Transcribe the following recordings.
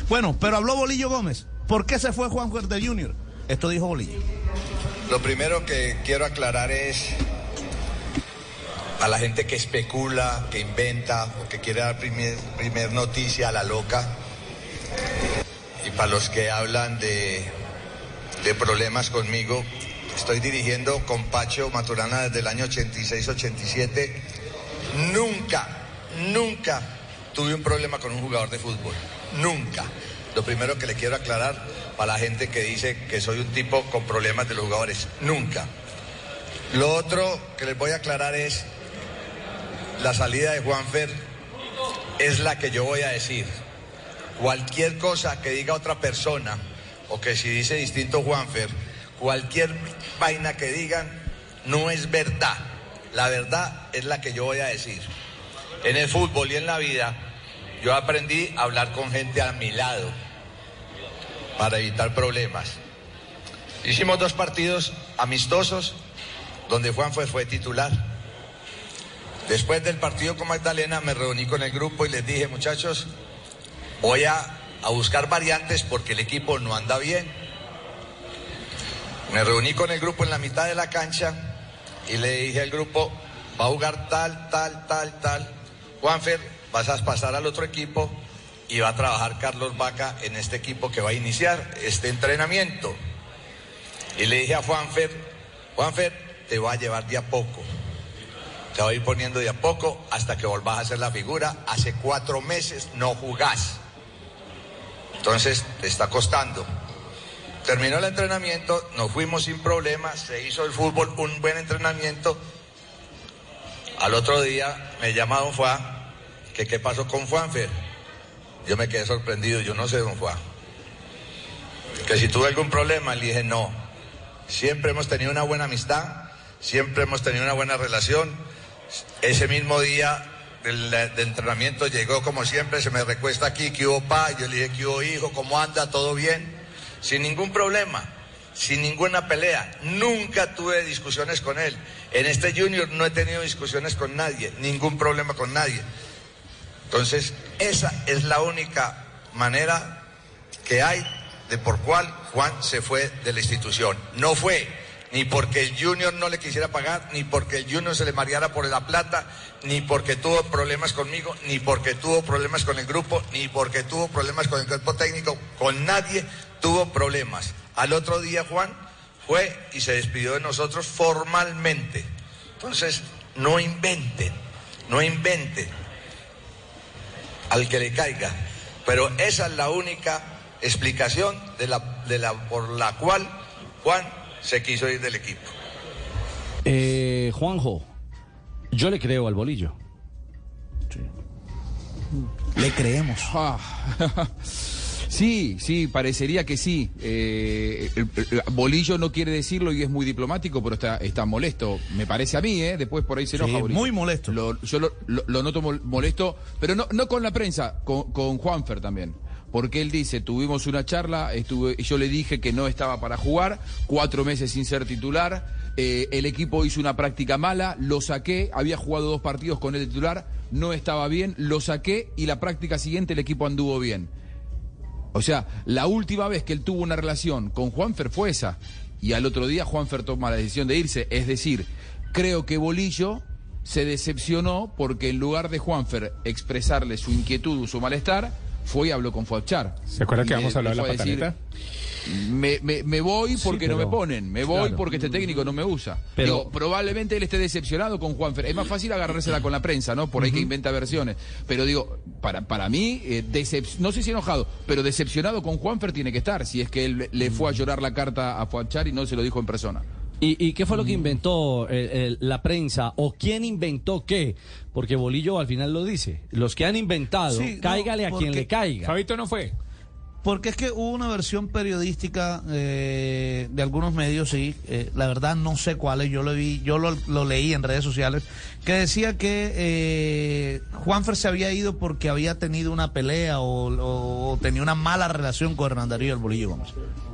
Bueno, pero habló Bolillo Gómez. ¿Por qué se fue Juanfer de Junior? Esto dijo Bolillo. Lo primero que quiero aclarar es a la gente que especula, que inventa o que quiere dar primer noticia a la loca, y para los que hablan de problemas conmigo, estoy dirigiendo con Pacho Maturana desde el año 86-87. Nunca tuve un problema con un jugador de fútbol. Nunca. Lo primero que le quiero aclarar para la gente que dice que soy un tipo con problemas de los jugadores. Nunca. Lo otro que les voy a aclarar es la salida de Juanfer es la que yo voy a decir. Cualquier cosa que diga otra persona, o que si dice distinto Juanfer, cualquier vaina que digan no es verdad. La verdad es la que yo voy a decir. En el fútbol y en la vida, yo aprendí a hablar con gente a mi lado para evitar problemas. Hicimos 2 partidos amistosos donde Juanfer fue titular. Después del partido con Magdalena me reuní con el grupo y les dije, muchachos, voy a buscar variantes porque el equipo no anda bien. Me reuní con el grupo en la mitad de la cancha y le dije al grupo, va a jugar tal. Juanfer, vas a pasar al otro equipo y va a trabajar Carlos Vaca en este equipo que va a iniciar este entrenamiento. Y le dije a Juanfer, te va a llevar de a poco. Te va a ir poniendo de a poco hasta que volvás a hacer la figura. Hace 4 meses no jugás. Entonces te está costando. Terminó el entrenamiento, nos fuimos sin problemas, se hizo el fútbol, un buen entrenamiento. Al otro día me llama don Juan, que qué pasó con Juanfer. Yo me quedé sorprendido, yo no sé, don Juan. Que si tuve algún problema, le dije no. Siempre hemos tenido una buena amistad, siempre hemos tenido una buena relación. Ese mismo día de entrenamiento llegó como siempre, se me recuesta aquí, ¿qué hubo pa? Yo le dije, ¿qué hubo hijo? ¿Cómo anda? ¿Todo bien? Sin ningún problema, sin ninguna pelea. Nunca tuve discusiones con él. En este Junior no he tenido discusiones con nadie, ningún problema con nadie. Entonces, esa es la única manera que hay de por cuál Juan se fue de la institución. No fue ni porque el Junior no le quisiera pagar, ni porque el Junior se le mareara por la plata, ni porque tuvo problemas conmigo, ni porque tuvo problemas con el grupo, ni porque tuvo problemas con el cuerpo técnico. Con nadie tuvo problemas. Al otro día Juan fue y se despidió de nosotros formalmente. Entonces, no inventen al que le caiga. Pero esa es la única explicación por la cual Juan se quiso ir del equipo. Juanjo, yo le creo al Bolillo. Sí. Le creemos. Sí, parecería que sí. Bolillo no quiere decirlo y es muy diplomático, pero está molesto, me parece a mí, después por ahí se enoja. Sí, Bolillo. muy molesto. Yo lo noto molesto, pero no con la prensa, con Juanfer también. Porque él dice, tuvimos una charla, yo le dije que no estaba para jugar, 4 meses sin ser titular, el equipo hizo una práctica mala, lo saqué, había jugado 2 partidos con el titular, no estaba bien, lo saqué y la práctica siguiente el equipo anduvo bien. O sea, la última vez que él tuvo una relación con Juanfer fue esa, y al otro día Juanfer toma la decisión de irse. Es decir, creo que Bolillo se decepcionó porque en lugar de Juanfer expresarle su inquietud o su malestar, fue y habló con Fuachar. ¿Se acuerda que vamos a hablar de la pataneta? Me voy porque no me ponen, me voy claro, porque este técnico no me usa. Pero digo, probablemente él esté decepcionado con Juanfer. Es más fácil agarrársela con la prensa, ¿no? Por ahí que inventa versiones. Pero digo, para mí, no sé si enojado, pero decepcionado con Juanfer tiene que estar, si es que él le fue a llorar la carta a Fuachar y no se lo dijo en persona. ¿Y qué fue lo que inventó la prensa? ¿O quién inventó qué? Porque Bolillo al final lo dice. Los que han inventado, Sí, cáigale a quien le caiga. Fabito no fue. Porque es que hubo una versión periodística de algunos medios, sí, la verdad no sé cuáles, yo lo leí en redes sociales, que decía que Juanfer se había ido porque había tenido una pelea o tenía una mala relación con Hernán Darío el Bolillo Gómez.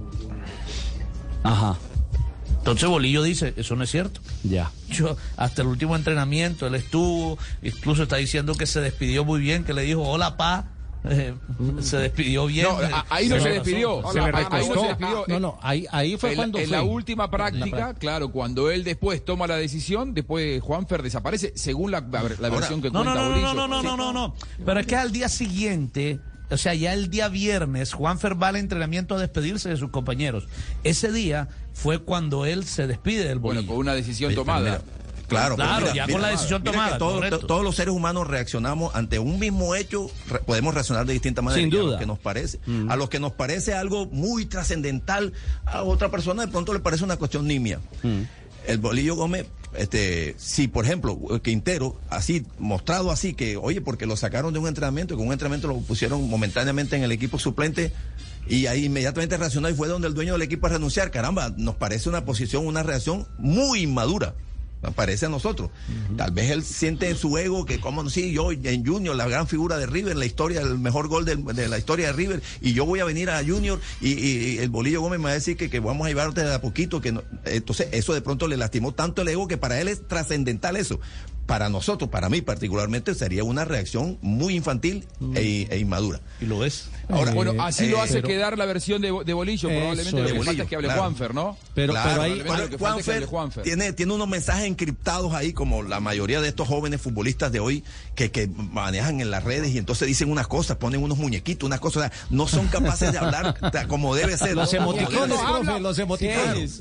Ajá. Entonces Bolillo dice, eso no es cierto. Ya. Hasta el último entrenamiento él estuvo, incluso está diciendo que se despidió muy bien, que le dijo hola pa, se despidió bien. No, ahí no se despidió. Se le recostó. Ahí fue cuando en la última práctica, claro, cuando él después toma la decisión, después Juanfer desaparece, según la versión que cuenta Bolillo. No. Pero es que al día siguiente, o sea, ya el día viernes, Juanfer va al entrenamiento a despedirse de sus compañeros. Ese día fue cuando él se despide del Bolillo. Bueno, con una decisión tomada. Claro, con la decisión tomada. Todos los seres humanos reaccionamos ante un mismo hecho, podemos reaccionar de distintas maneras. Sin duda. A lo que nos parece, a lo que nos parece algo muy trascendental, a otra persona de pronto le parece una cuestión nimia. El Bolillo Gómez, si por ejemplo Quintero, así, mostrado así, que oye, porque lo sacaron de un entrenamiento, y con un entrenamiento lo pusieron momentáneamente en el equipo suplente, y ahí inmediatamente reaccionó y fue donde el dueño del equipo a renunciar. Caramba, nos parece una posición, una reacción muy inmadura. Parece a nosotros. Tal vez él siente en su ego que, como sí, yo en Junior, la gran figura de River, la historia, el mejor gol de la historia de River, y yo voy a venir a Junior y el Bolillo Gómez me va a decir que vamos a llevarte de a poquito. Que no. Entonces, eso de pronto le lastimó tanto el ego que para él es trascendental eso. Para nosotros, para mí particularmente, sería una reacción muy infantil e inmadura. Y lo es. Ahora, bueno, así lo hace quedar la versión de Bolillo, probablemente lo que falta es que hable Juanfer, ¿no? Pero ahí Juanfer tiene unos mensajes encriptados ahí, como la mayoría de estos jóvenes futbolistas de hoy que manejan en las redes y entonces dicen unas cosas, ponen unos muñequitos, unas cosas, o sea, no son capaces de hablar como debe ser. Los emoticones, profe, los emoticones.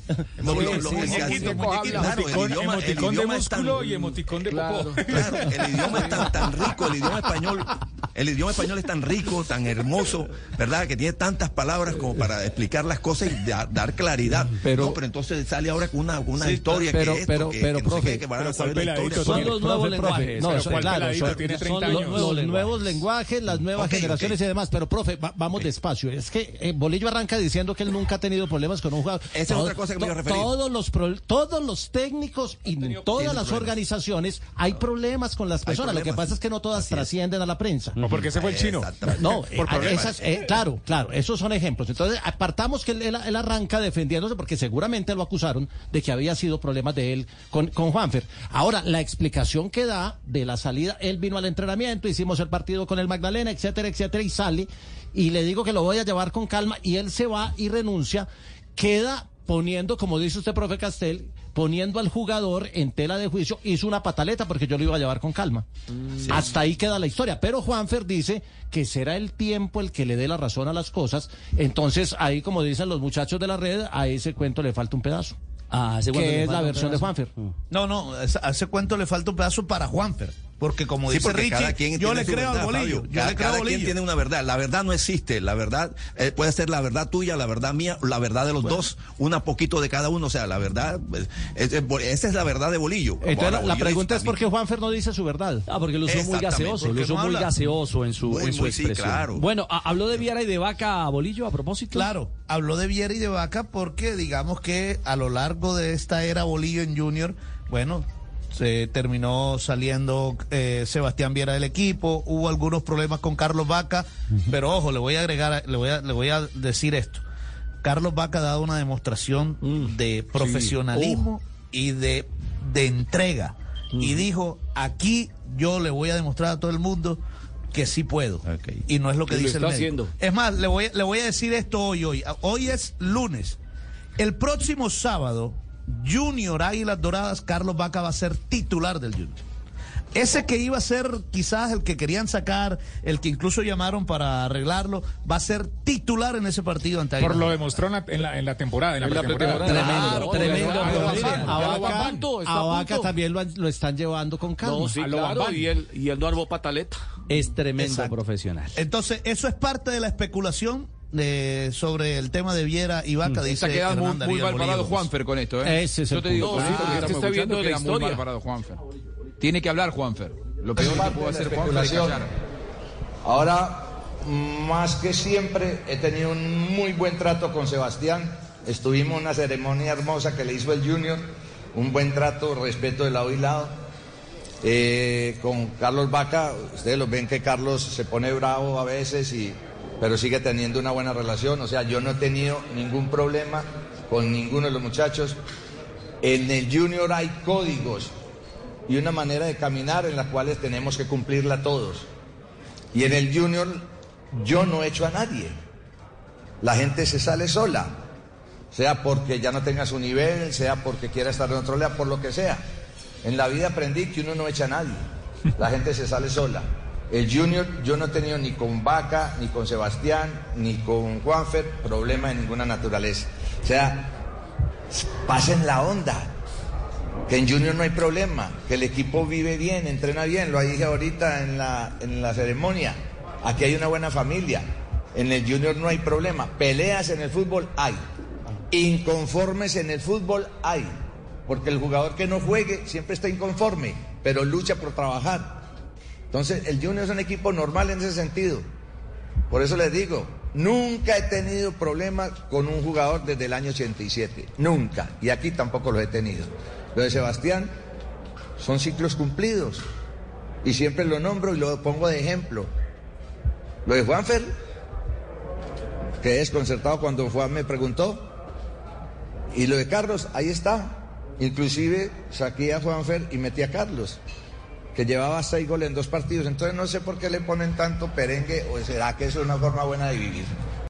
Emoticón de músculo y emoticón de popó. Claro, el idioma es tan rico, el idioma español es tan rico, tan hermoso, ¿verdad? Que tiene tantas palabras como para explicar las cosas y dar claridad. Pero entonces sale ahora con una historia profe, van a saber la historia. Son los nuevos lenguajes. Los nuevos lenguajes, las nuevas generaciones y demás. Pero, profe, vamos despacio. Es que Bolillo arranca diciendo que él nunca ha tenido problemas con un jugador. Esa es otra cosa que me iba a referir. Todos los técnicos y todas las organizaciones hay problemas con las personas. Lo que pasa es que no todas trascienden a la prensa. No, porque ese fue el chino. No, claro, esos son ejemplos. Entonces, apartamos que él arranca defendiéndose porque seguramente lo acusaron de que había sido problemas de él con Juanfer. Ahora, la explicación que da de la salida, él vino al entrenamiento, hicimos el partido con el Magdalena, etcétera, y sale, y le digo que lo voy a llevar con calma, y él se va y renuncia, queda poniendo, como dice usted, profe Castel, poniendo al jugador en tela de juicio, hizo una pataleta porque yo lo iba a llevar con calma. Sí. Hasta ahí queda la historia. Pero Juanfer dice que será el tiempo el que le dé la razón a las cosas. Entonces, ahí, como dicen los muchachos de la red, a ese cuento le falta un pedazo. Que es la versión de Juanfer. No, a ese cuento le falta un pedazo para Juanfer. Porque como dice Richie, yo le creo al Bolillo. Cada quien tiene una verdad. La verdad no existe. La verdad puede ser la verdad tuya, la verdad mía, la verdad de los dos, una poquito de cada uno. O sea, la verdad, esa es la verdad de Bolillo. Entonces, la pregunta es por qué Juanfer no dice su verdad. Porque lo usó muy gaseoso, en su expresión. Sí, claro. Bueno, ¿habló de Viera y de Vaca a Bolillo a propósito? Claro, habló de Viera y de Vaca porque digamos que a lo largo de esta era Bolillo en Junior, bueno, se terminó saliendo Sebastián Viera del equipo, hubo algunos problemas con Carlos Vaca, pero ojo, le voy a decir esto. Carlos Vaca ha dado una demostración de profesionalismo y de entrega. Y dijo, aquí yo le voy a demostrar a todo el mundo que sí puedo. Okay. Y no es lo que dice el médico. Es más, le voy a decir esto hoy. Hoy es lunes. El próximo sábado, Junior Águilas Doradas, Carlos Vaca va a ser titular del Junior. Ese que iba a ser quizás el que querían sacar, el que incluso llamaron para arreglarlo, va a ser titular en ese partido ante Águilas. Por lo demostró en la temporada. Tremendo. A Vaca también lo están llevando con calma. No, sí, claro, y él no armó pataleta. Es tremendo profesional. Entonces, eso es parte de la especulación sobre el tema de Viera y Vaca. Dice está quedando muy mal parado Juanfer con esto. Yo te digo, está viendo la historia. Muy mal parado Juanfer. Tiene que hablar Juanfer. Lo peor que puede hacer Juanfer es callar. Ahora, más que siempre, he tenido un muy buen trato con Sebastián. Estuvimos en una ceremonia hermosa que le hizo el Junior. Un buen trato, respeto de lado y lado. Con Carlos Vaca, ustedes lo ven que Carlos se pone bravo a veces, pero sigue teniendo una buena relación. O sea, yo no he tenido ningún problema con ninguno de los muchachos. En el Junior hay códigos y una manera de caminar en las cuales tenemos que cumplirla todos. Y en el Junior yo no echo a nadie. La gente se sale sola, sea porque ya no tenga su nivel, sea porque quiera estar en otro lado, por lo que sea. En la vida aprendí que uno no echa a nadie, la gente se sale sola. El Junior, yo no he tenido ni con Vaca, ni con Sebastián, ni con Juanfer problema de ninguna naturaleza. O sea, pasen la onda, que en Junior no hay problema, que el equipo vive bien, entrena bien, lo dije ahorita en la ceremonia. Aquí hay una buena familia, en el Junior no hay problema. Peleas en el fútbol hay, inconformes en el fútbol hay, porque el jugador que no juegue siempre está inconforme, pero lucha por trabajar. Entonces el Junior es un equipo normal en ese sentido. Por eso les digo, nunca he tenido problemas con un jugador desde el año 87, nunca, y aquí tampoco los he tenido. Lo de Sebastián son ciclos cumplidos y siempre lo nombro y lo pongo de ejemplo. Lo de Juanfer, quedé desconcertado cuando Juan me preguntó, y lo de Carlos, ahí está. Inclusive saqué a Juanfer y metí a Carlos, que llevaba 6 goles en 2 partidos. Entonces no sé por qué le ponen tanto perengue, o será que es una forma buena de vivir.